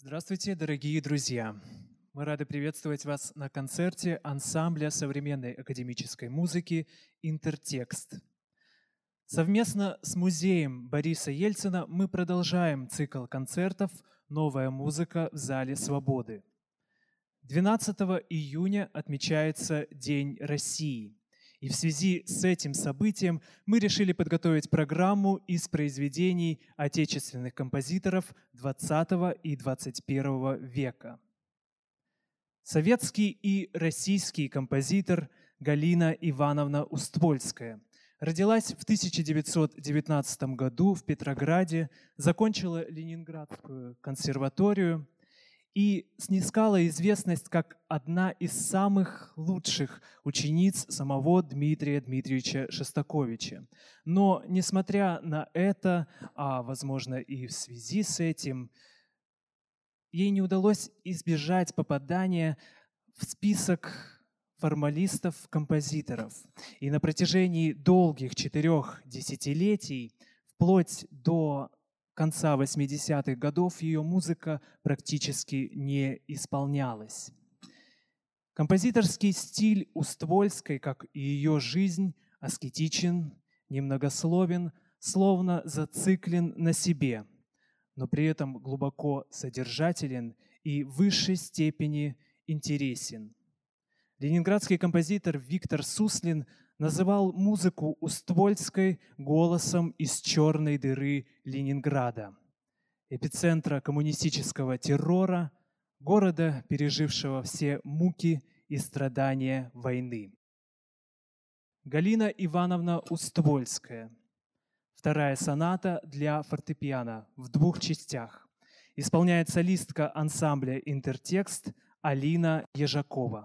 Здравствуйте, дорогие друзья! Мы рады приветствовать вас на концерте ансамбля современной академической музыки «Интертекст». Совместно с музеем Бориса Ельцина мы продолжаем цикл концертов «Новая музыка в Зале Свободы». 12 июня отмечается День России. И в связи с этим событием мы решили подготовить программу из произведений отечественных композиторов XX и XXI века. Советский и российский композитор Галина Ивановна Уствольская родилась в 1919 году в Петрограде, закончила Ленинградскую консерваторию и снискала известность как одна из самых лучших учениц самого Дмитрия Дмитриевича Шостаковича. Но, несмотря на это, а возможно и в связи с этим, ей не удалось избежать попадания в список формалистов-композиторов. И на протяжении долгих 4 десятилетий, вплоть до конца 80-х годов, ее музыка практически не исполнялась. Композиторский стиль Уствольской, как и ее жизнь, аскетичен, немногословен, словно зациклен на себе, но при этом глубоко содержателен и в высшей степени интересен. Ленинградский композитор Виктор Суслин называл музыку Уствольской голосом из черной дыры Ленинграда, эпицентра коммунистического террора, города, пережившего все муки и страдания войны. Галина Ивановна Уствольская. Вторая соната для фортепиано в 2 частях. Исполняет солистка ансамбля «Интертекст» Алина Ежакова.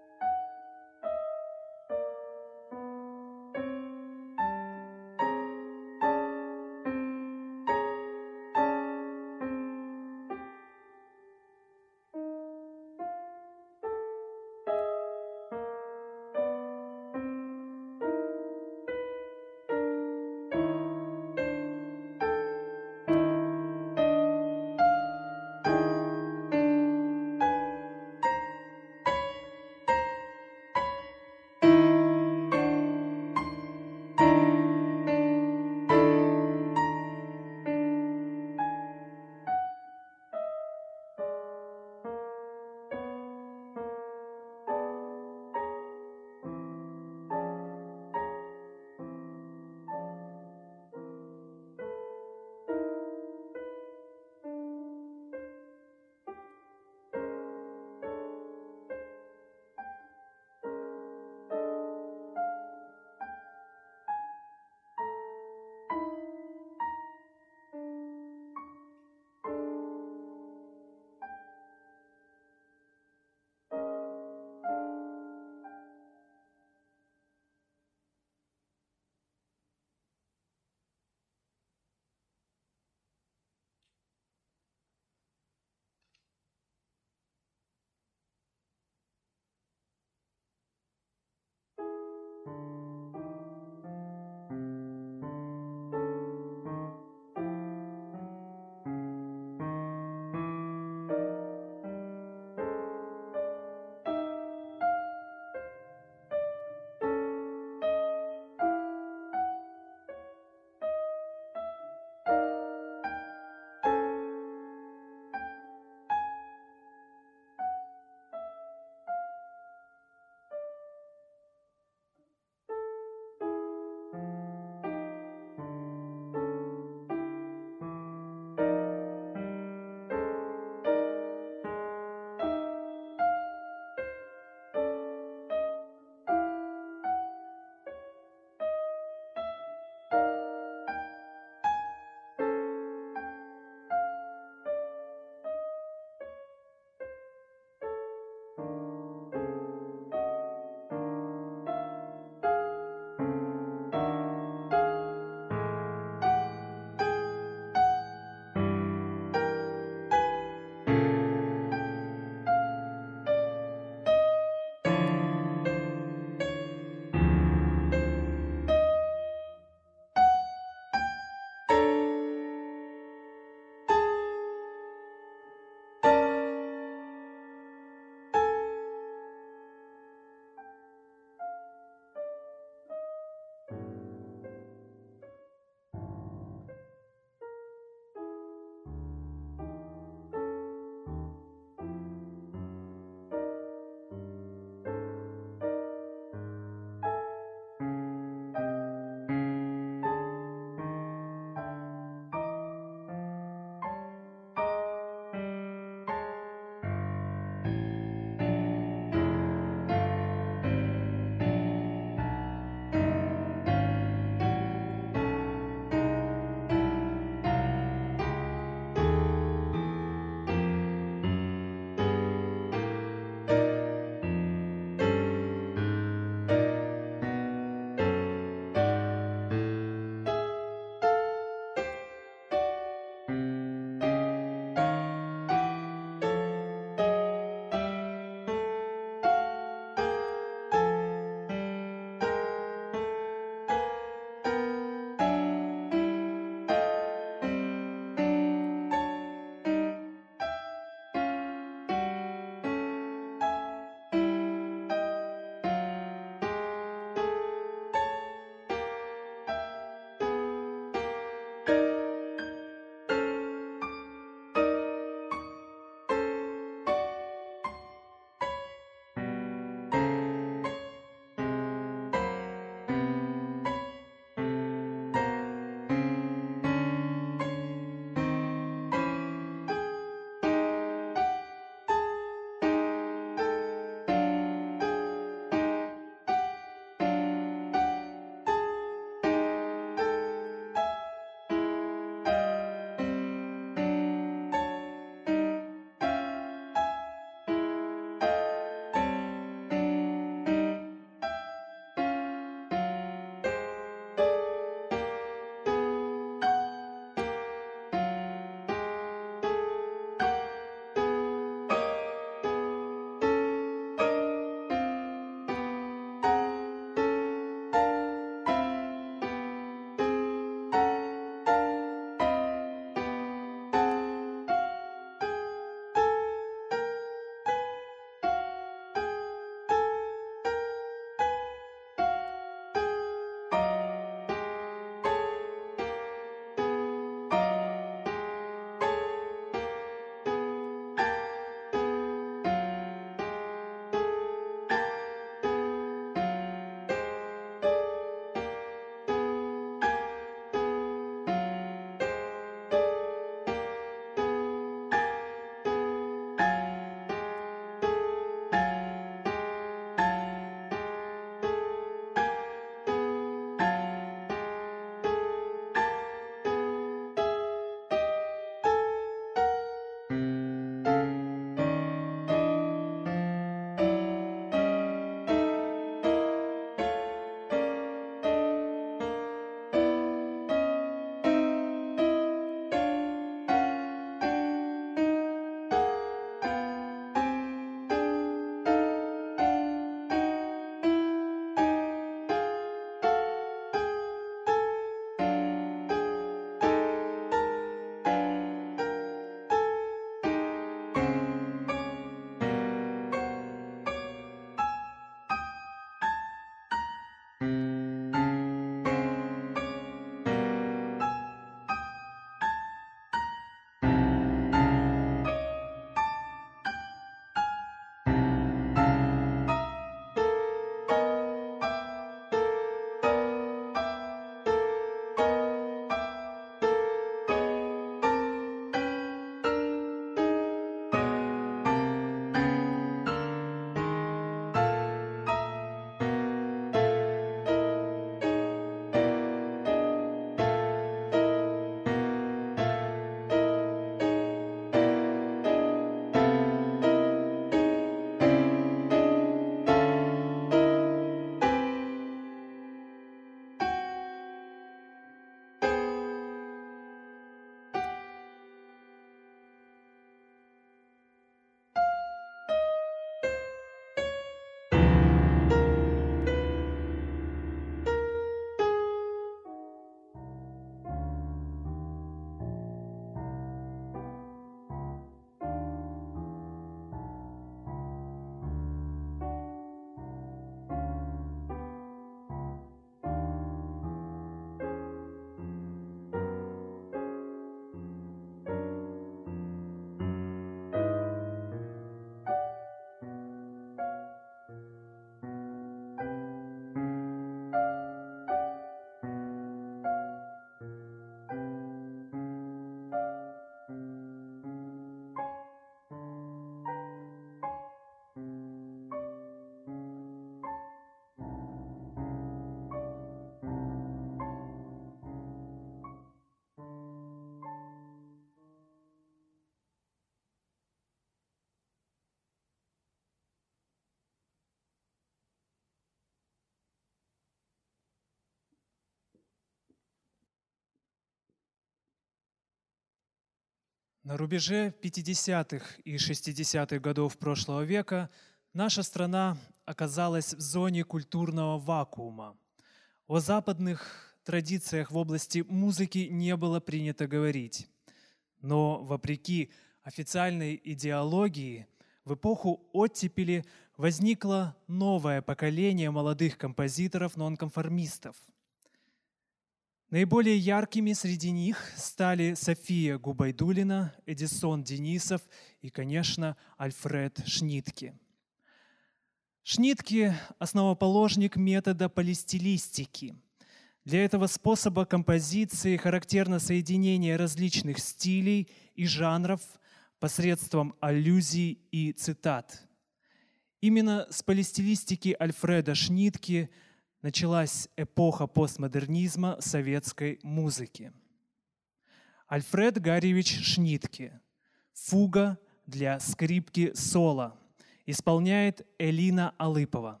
На рубеже 50-х и 60-х годов прошлого века наша страна оказалась в зоне культурного вакуума. О западных традициях в области музыки не было принято говорить. Но вопреки официальной идеологии, в эпоху оттепели возникло новое поколение молодых композиторов-нонконформистов. Наиболее яркими среди них стали София Губайдуллина, Эдисон Денисов и, конечно, Альфред Шнитке. Шнитке – основоположник метода полистилистики. Для этого способа композиции характерно соединение различных стилей и жанров посредством аллюзий и цитат. Именно с полистилистики Альфреда Шнитке началась эпоха постмодернизма советской музыки. Альфред Гарьевич Шнитке. Фуга для скрипки соло. Исполняет Элина Алыпова.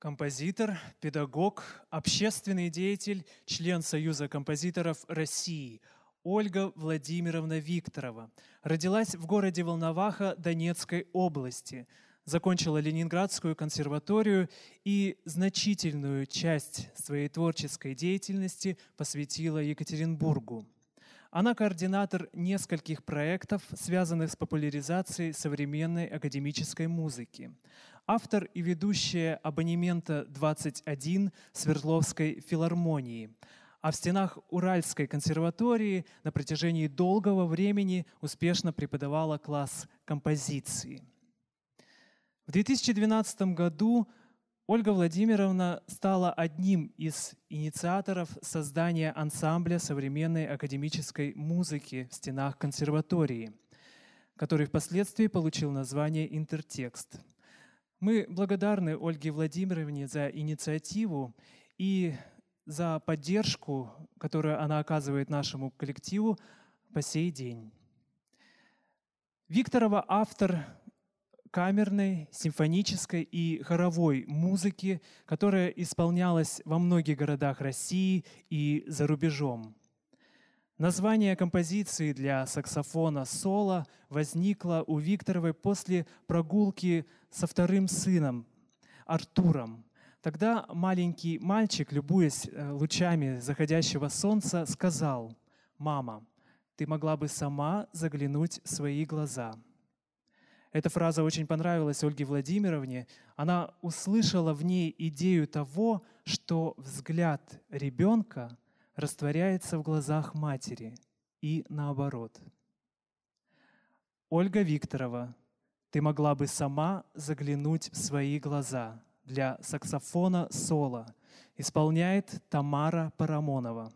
Композитор, педагог, общественный деятель, член Союза композиторов России Ольга Владимировна Викторова родилась в городе Волноваха Донецкой области, закончила Ленинградскую консерваторию и значительную часть своей творческой деятельности посвятила Екатеринбургу. Она координатор нескольких проектов, связанных с популяризацией современной академической музыки. Автор и ведущая абонемента 21 Свердловской филармонии. А в стенах Уральской консерватории на протяжении долгого времени успешно преподавала класс композиции. В 2012 году Ольга Владимировна стала одним из инициаторов создания ансамбля современной академической музыки в стенах консерватории, который впоследствии получил название «Интертекст». Мы благодарны Ольге Владимировне за инициативу и за поддержку, которую она оказывает нашему коллективу по сей день. Викторова – автор камерной, симфонической и хоровой музыки, которая исполнялась во многих городах России и за рубежом. Название композиции для саксофона соло возникло у Викторовой после прогулки со вторым сыном Артуром. Тогда маленький мальчик, любуясь лучами заходящего солнца, сказал: «Мама, ты могла бы сама заглянуть в свои глаза». Эта фраза очень понравилась Ольге Владимировне. Она услышала в ней идею того, что взгляд ребенка растворяется в глазах матери и наоборот. Ольга Викторова, ты могла бы сама заглянуть в свои глаза для саксофона соло. Исполняет Тамара Парамонова.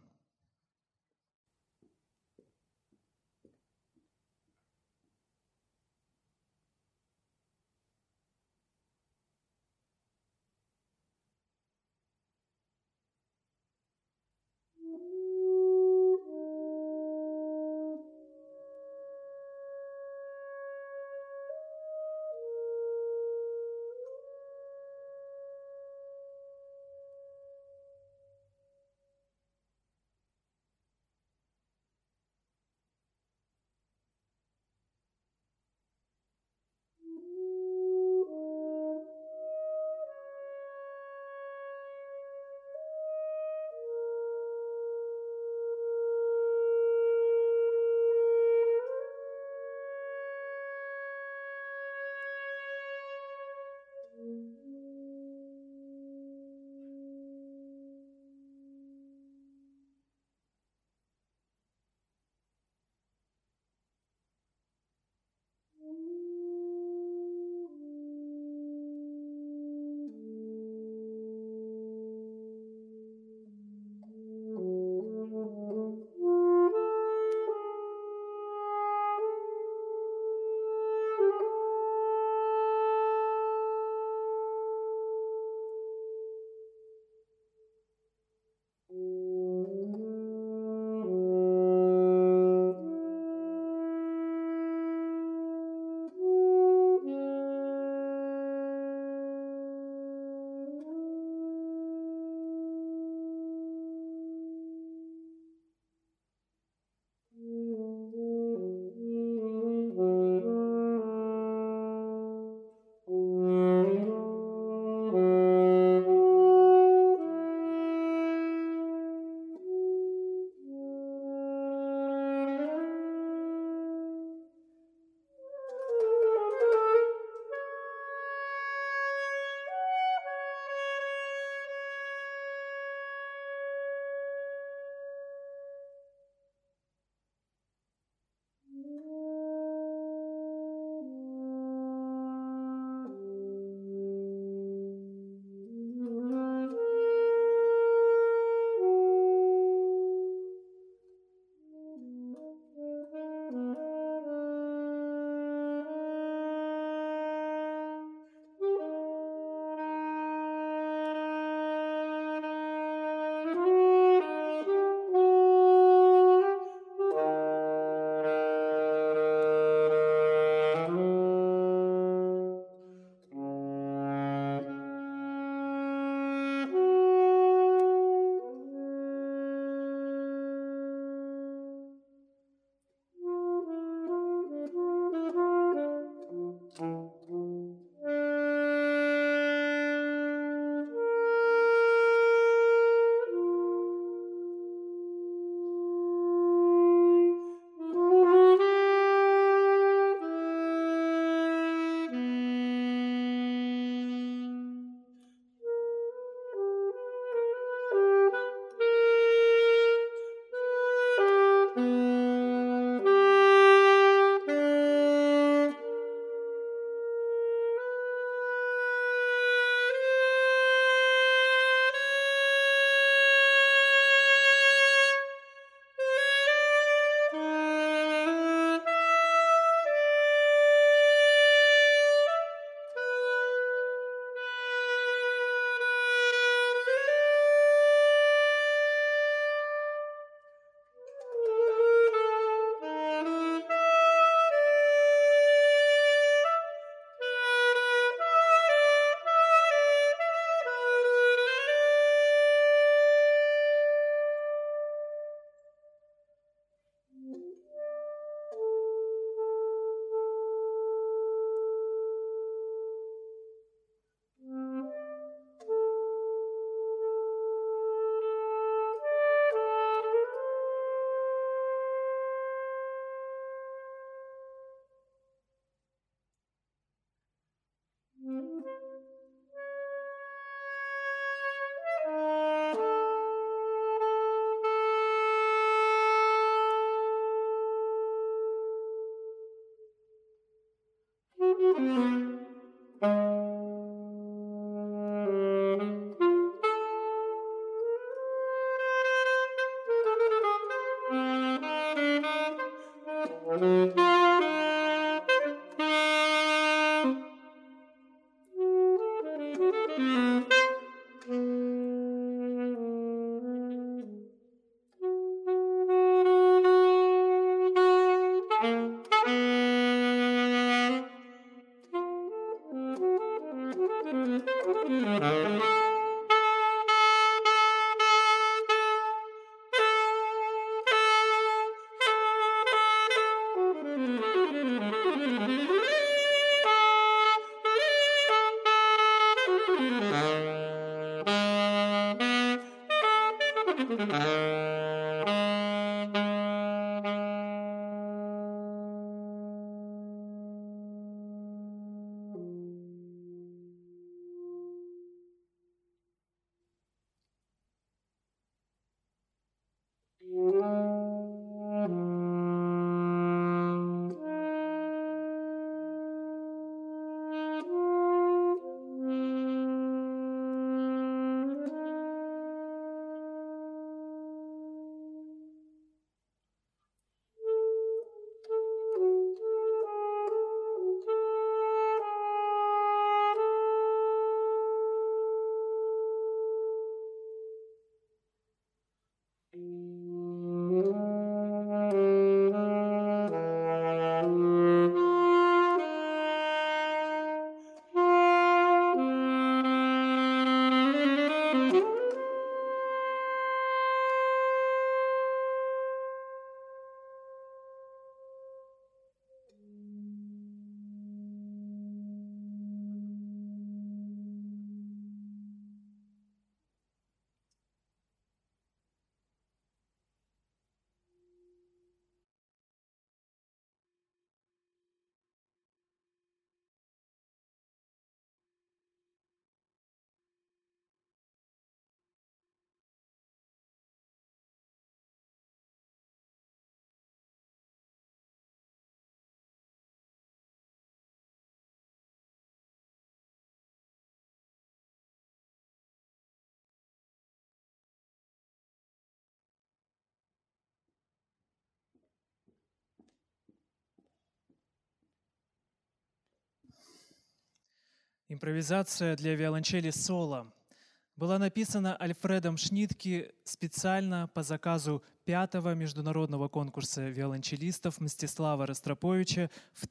Импровизация для виолончели соло была написана Альфредом Шнитке специально по заказу 5-го международного конкурса виолончелистов Мстислава Ростроповича в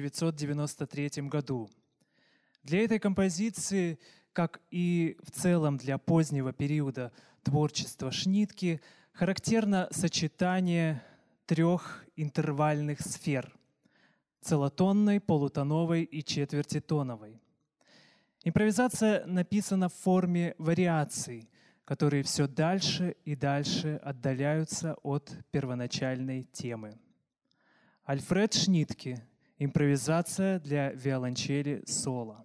1993 году. Для этой композиции, как и в целом для позднего периода творчества Шнитке, характерно сочетание 3 интервальных сфер – целотонной, полутоновой и четвертитоновой. Импровизация написана в форме вариаций, которые все дальше и дальше отдаляются от первоначальной темы. Альфред Шнитке. Импровизация для виолончели соло.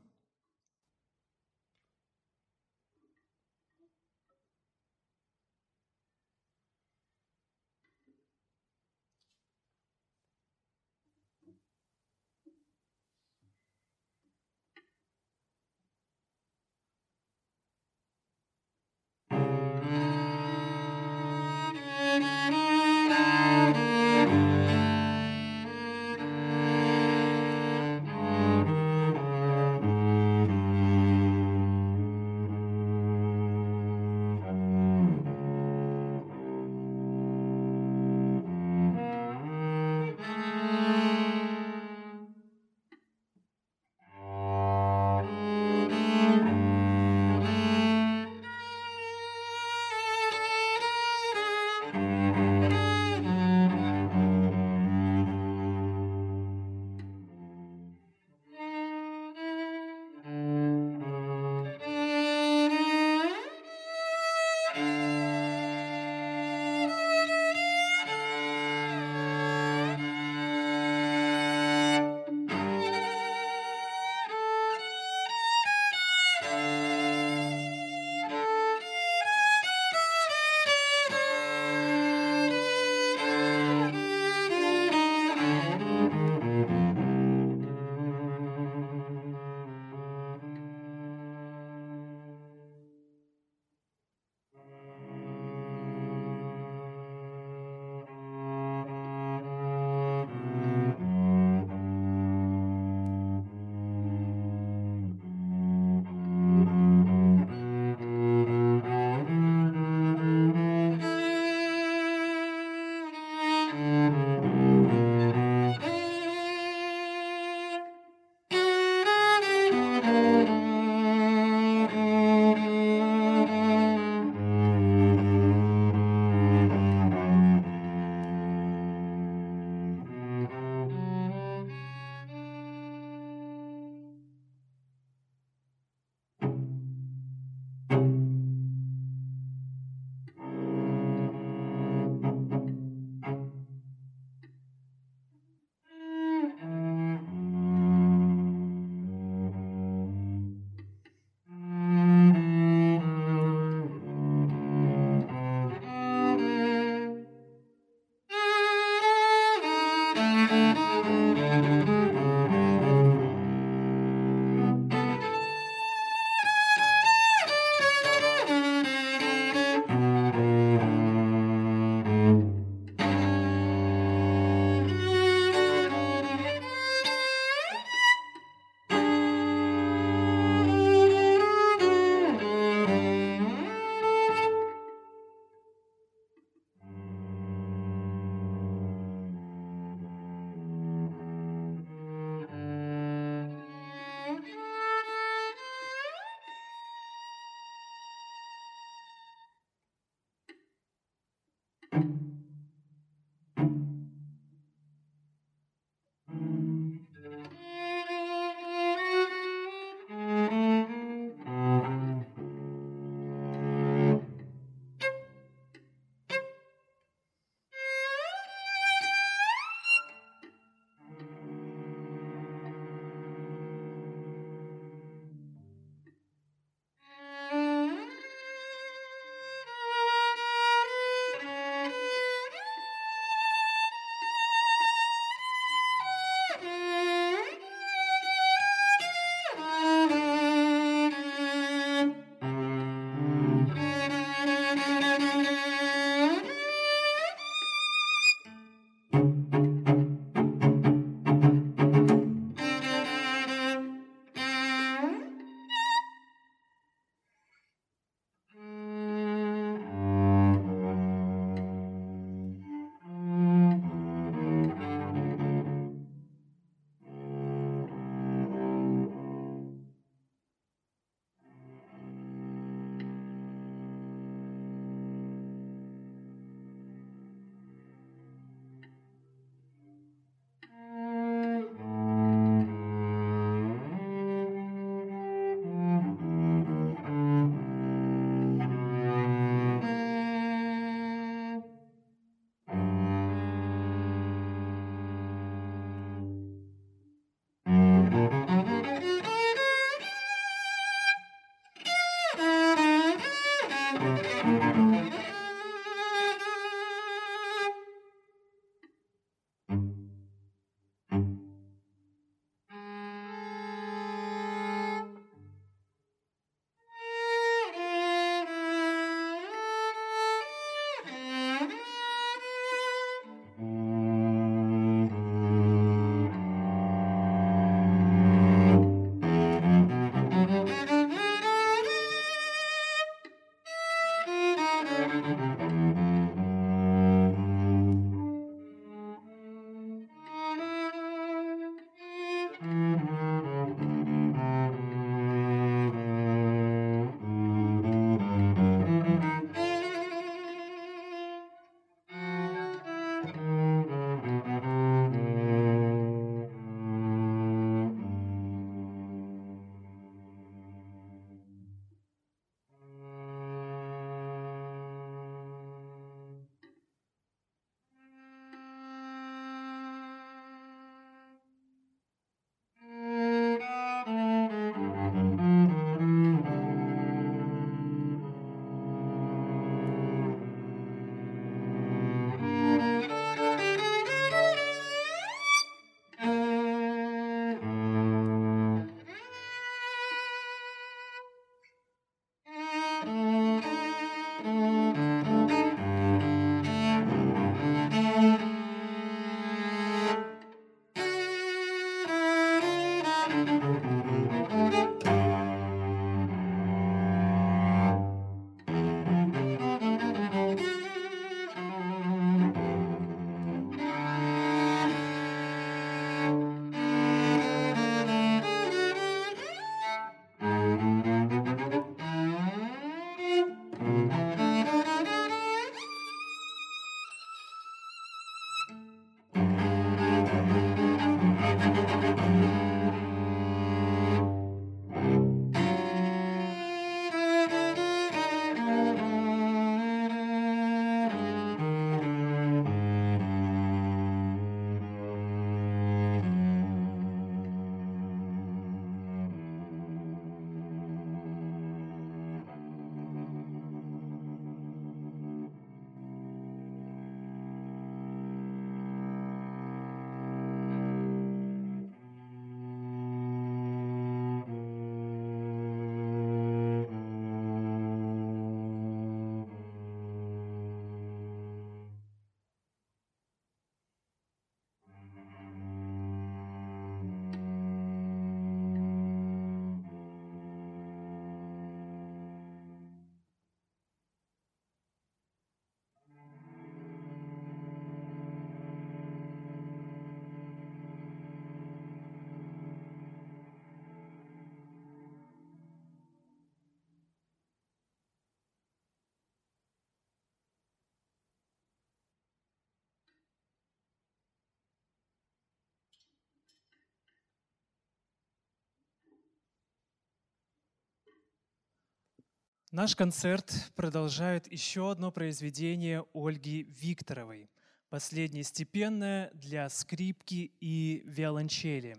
Наш концерт продолжает еще одно произведение Ольги Викторовой, последнее степенное для скрипки и виолончели.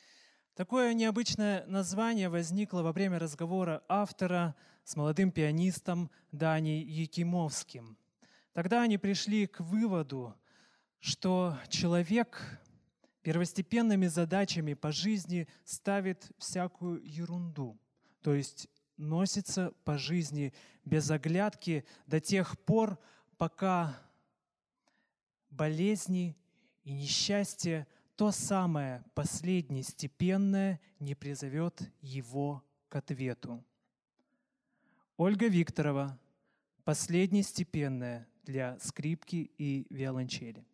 Такое необычное название возникло во время разговора автора с молодым пианистом Даней Якимовским. Тогда они пришли к выводу, что человек первостепенными задачами по жизни ставит всякую ерунду, то есть носится по жизни без оглядки до тех пор, пока болезни и несчастье, то самое последнестепенное, не призовет его к ответу. Ольга Викторова, последнестепенное для скрипки и виолончели.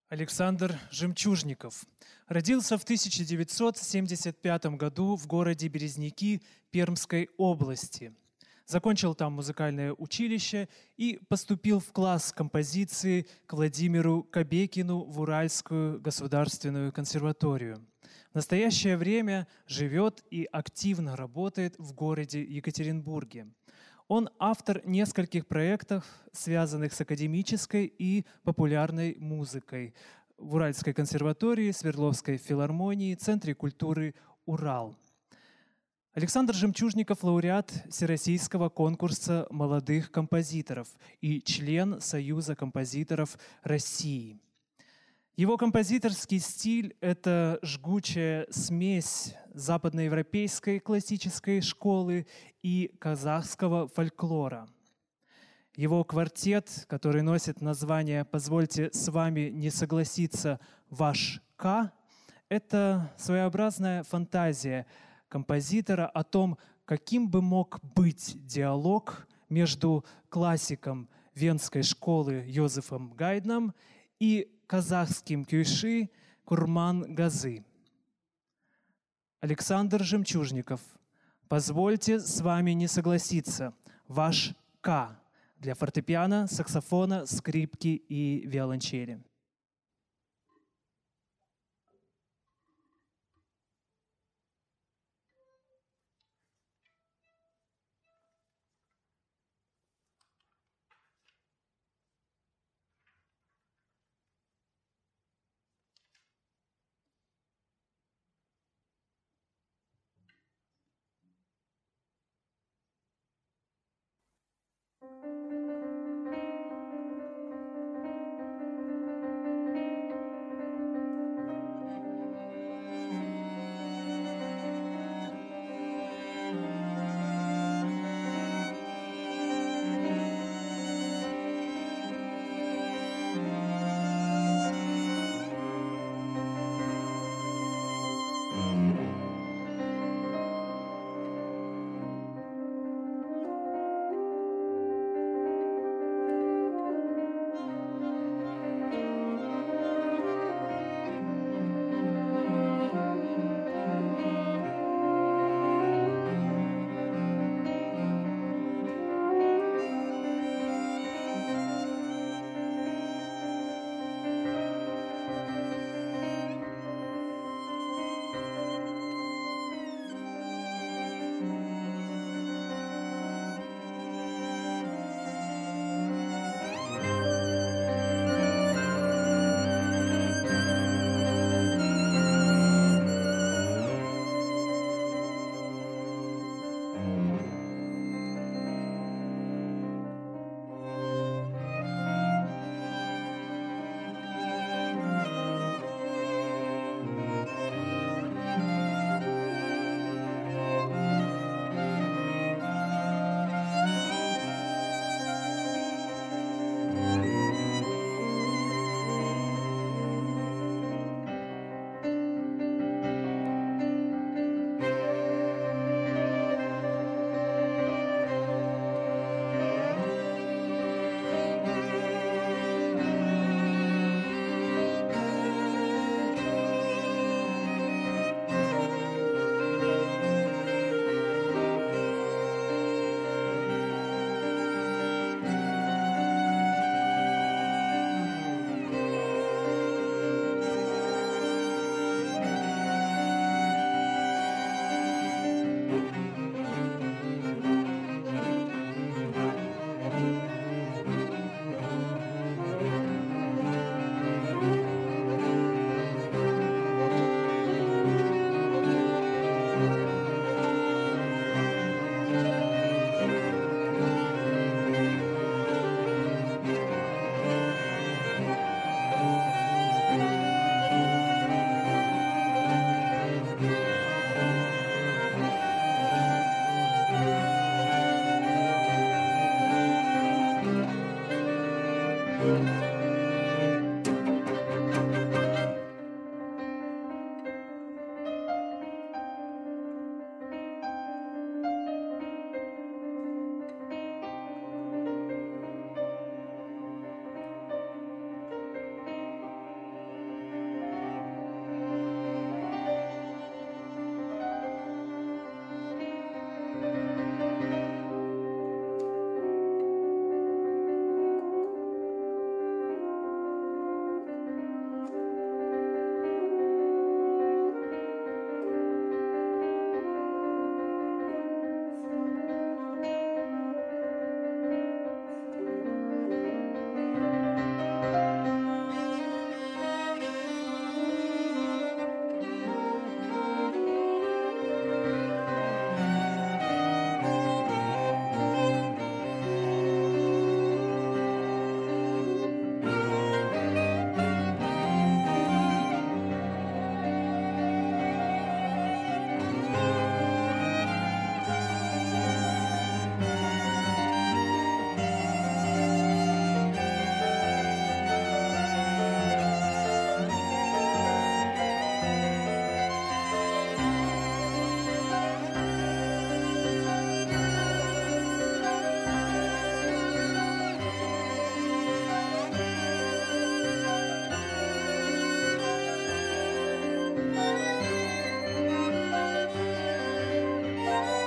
Александр Жемчужников родился в 1975 году в городе Березники Пермской области. Закончил там музыкальное училище и поступил в класс композиции к Владимиру Кобекину в Уральскую государственную консерваторию. В настоящее время живет и активно работает в городе Екатеринбурге. Он автор нескольких проектов, связанных с академической и популярной музыкой в Уральской консерватории, Свердловской филармонии, Центре культуры «Урал». Александр Жемчужников – лауреат Всероссийского конкурса молодых композиторов и член Союза композиторов России. Его композиторский стиль – это жгучая смесь западноевропейской классической школы и казахского фольклора. Его квартет, который носит название «Позвольте с вами не согласиться, ваш К», это своеобразная фантазия композитора о том, каким бы мог быть диалог между классиком венской школы Йозефом Гайдном и казахским кюйши Курман-Газы. Александр Жемчужников, позвольте с вами не согласиться, ваш К для фортепиано, саксофона, скрипки и виолончели.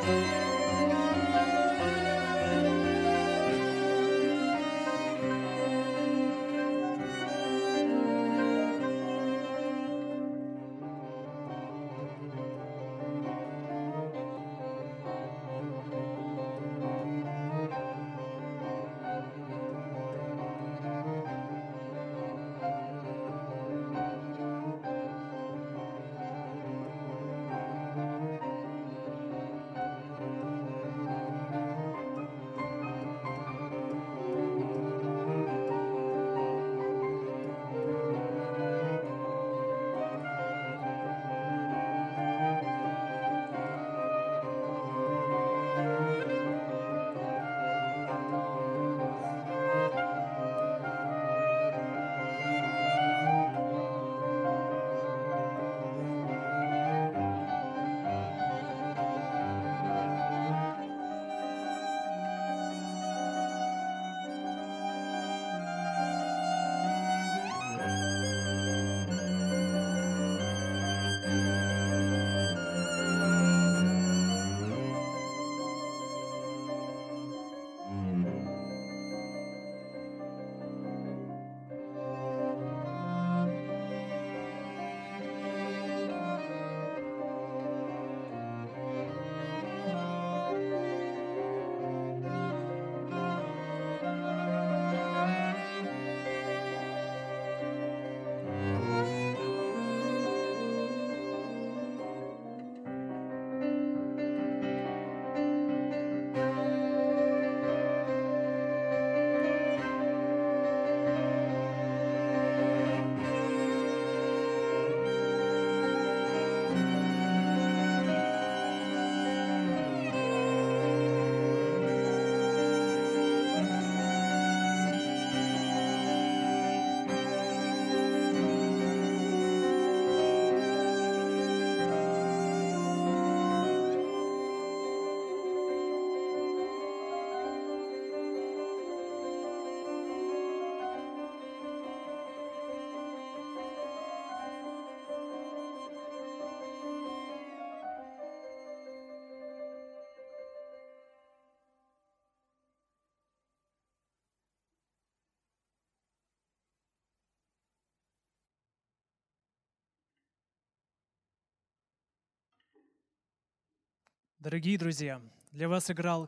Дорогие друзья, для вас играл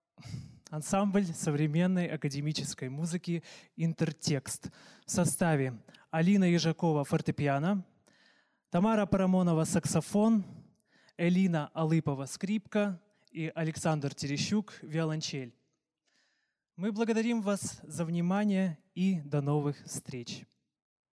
ансамбль современной академической музыки «Интертекст» в составе Алина Ежакова – фортепиано, Тамара Парамонова – саксофон, Элина Алыпова – скрипка и Александр Терещук – виолончель. Мы благодарим вас за внимание и до новых встреч!